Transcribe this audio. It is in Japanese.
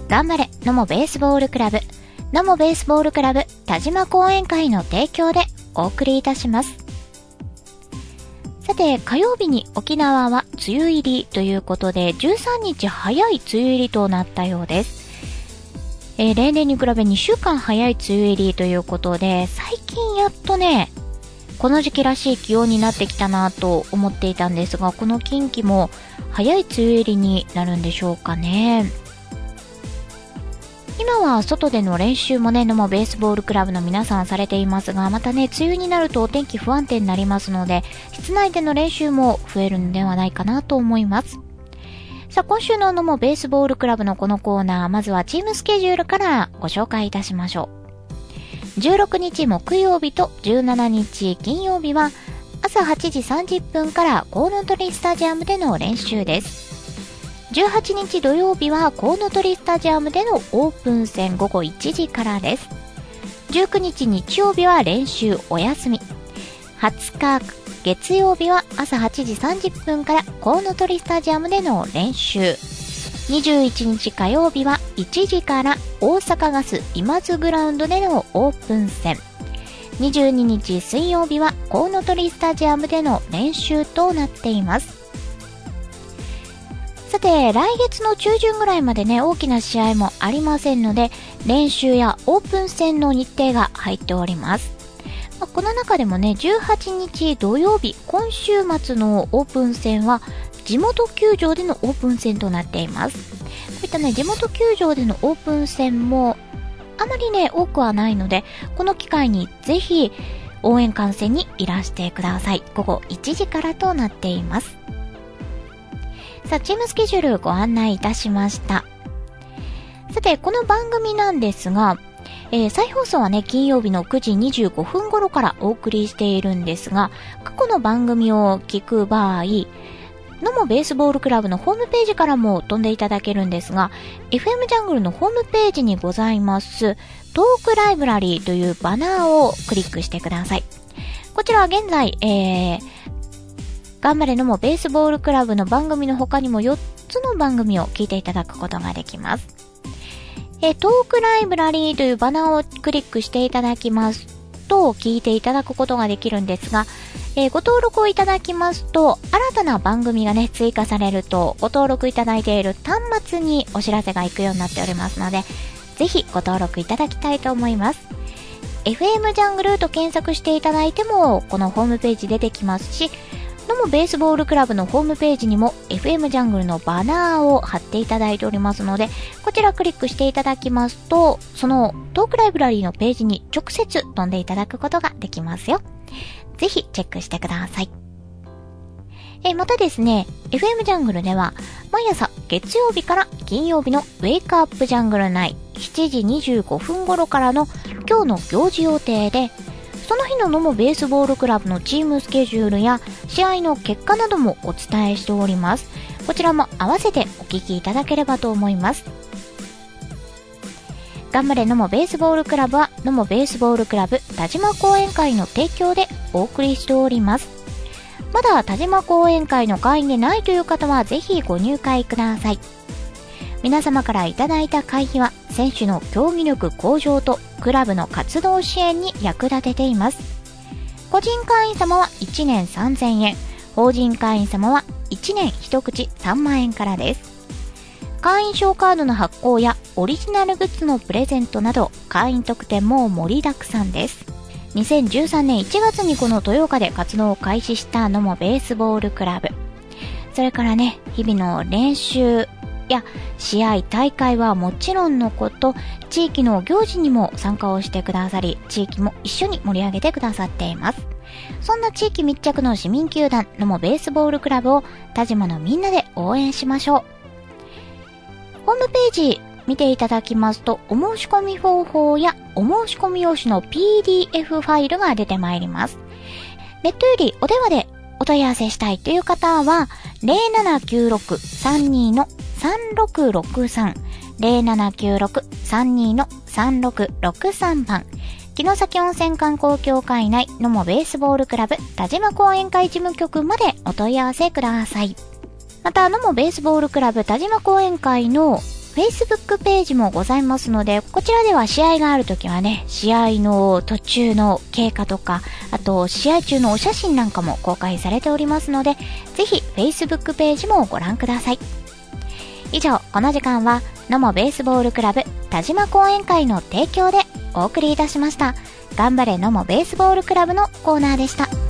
頑張れ野茂ベースボールクラブ、野茂ベースボールクラブ田島講演会の提供でお送りいたします。さて、火曜日に沖縄は梅雨入りということで、13日早い梅雨入りとなったようです。例年に比べ2週間早い梅雨入りということで、最近やっとね、この時期らしい気温になってきたなと思っていたんですが、この近畿も早い梅雨入りになるんでしょうかね。今は外での練習もね、野茂ベースボールクラブの皆さんされていますが、またね、梅雨になるとお天気不安定になりますので、室内での練習も増えるのではないかなと思います。さあ、今週の野茂ベースボールクラブのこのコーナー、まずはチームスケジュールからご紹介いたしましょう。16日木曜日と17日金曜日は朝8時30分からコウノトリスタジアムでの練習です。18日土曜日はコウノトリスタジアムでのオープン戦午後1時からです。19日日曜日は練習お休み。20日月曜日は朝8時30分からコウノトリスタジアムでの練習。21日火曜日は1時から大阪ガス今津グラウンドでのオープン戦。22日水曜日はコウノトリスタジアムでの練習となっています。さて、来月の中旬ぐらいまでね、大きな試合もありませんので、練習やオープン戦の日程が入っております。この中でもね、18日土曜日、今週末のオープン戦は地元球場でのオープン戦となっています。こういったね、地元球場でのオープン戦もあまりね、多くはないので、この機会にぜひ応援観戦にいらしてください。午後1時からとなっています。さあ、チームスケジュールご案内いたしました。さて、この番組なんですが、再放送はね、金曜日の9時25分頃からお送りしているんですが、過去の番組を聞く場合、野茂ベースボールクラブのホームページからも飛んでいただけるんですが、FM ジャングルのホームページにございますトークライブラリーというバナーをクリックしてください。こちらは現在、頑張れ野茂ベースボールクラブの番組の他にも4つの番組を聞いていただくことができます。トークライブラリーというバナーをクリックしていただきますと聞いていただくことができるんですが、ご登録をいただきますと新たな番組がね追加されるとご登録いただいている端末にお知らせが行くようになっておりますので、ぜひご登録いただきたいと思います。FM ジャングルと検索していただいてもこのホームページ出てきますし、野茂ベースボールクラブのホームページにも FM ジャングルのバナーを貼っていただいておりますので、こちらクリックしていただきますと、そのトークライブラリーのページに直接飛んでいただくことができますよ。ぜひチェックしてください。またですね、FM ジャングルでは毎朝月曜日から金曜日のウェイクアップジャングル内7時25分頃からの今日の行事予定で、その日の野茂ベースボールクラブのチームスケジュールや試合の結果などもお伝えしております。こちらも合わせてお聞きいただければと思います。頑張れ野茂ベースボールクラブは野茂ベースボールクラブ田島講演会の提供でお送りしております。まだ田島講演会の会員でないという方はぜひご入会ください。皆様からいただいた会費は選手の競技力向上とクラブの活動支援に役立てています。個人会員様は1年3000円、法人会員様は1年1口3万円からです。会員証カードの発行やオリジナルグッズのプレゼントなど会員特典も盛りだくさんです。2013年1月にこの豊岡で活動を開始した野茂ベースボールクラブ、それからね、日々の練習や試合大会はもちろんのこと、地域の行事にも参加をしてくださり、地域も一緒に盛り上げてくださっています。そんな地域密着の市民球団野茂ベースボールクラブを田島のみんなで応援しましょう。ホームページ見ていただきますと、お申し込み方法やお申し込み用紙の PDF ファイルが出てまいります。ネットよりお電話でお問い合わせしたいという方は 0796-32-3663 0796-32-3663 番、城崎温泉観光協会内野茂ベースボールクラブ田島講演会事務局までお問い合わせください。また野茂ベースボールクラブ田島講演会の Facebook ページもございますので、こちらでは試合があるときはね、試合の途中の経過とか、あと試合中のお写真なんかも公開されておりますので、ぜひ Facebook ページもご覧ください。以上、この時間は野茂ベースボールクラブ田島講演会の提供でお送りいたしました。頑張れ野茂ベースボールクラブのコーナーでした。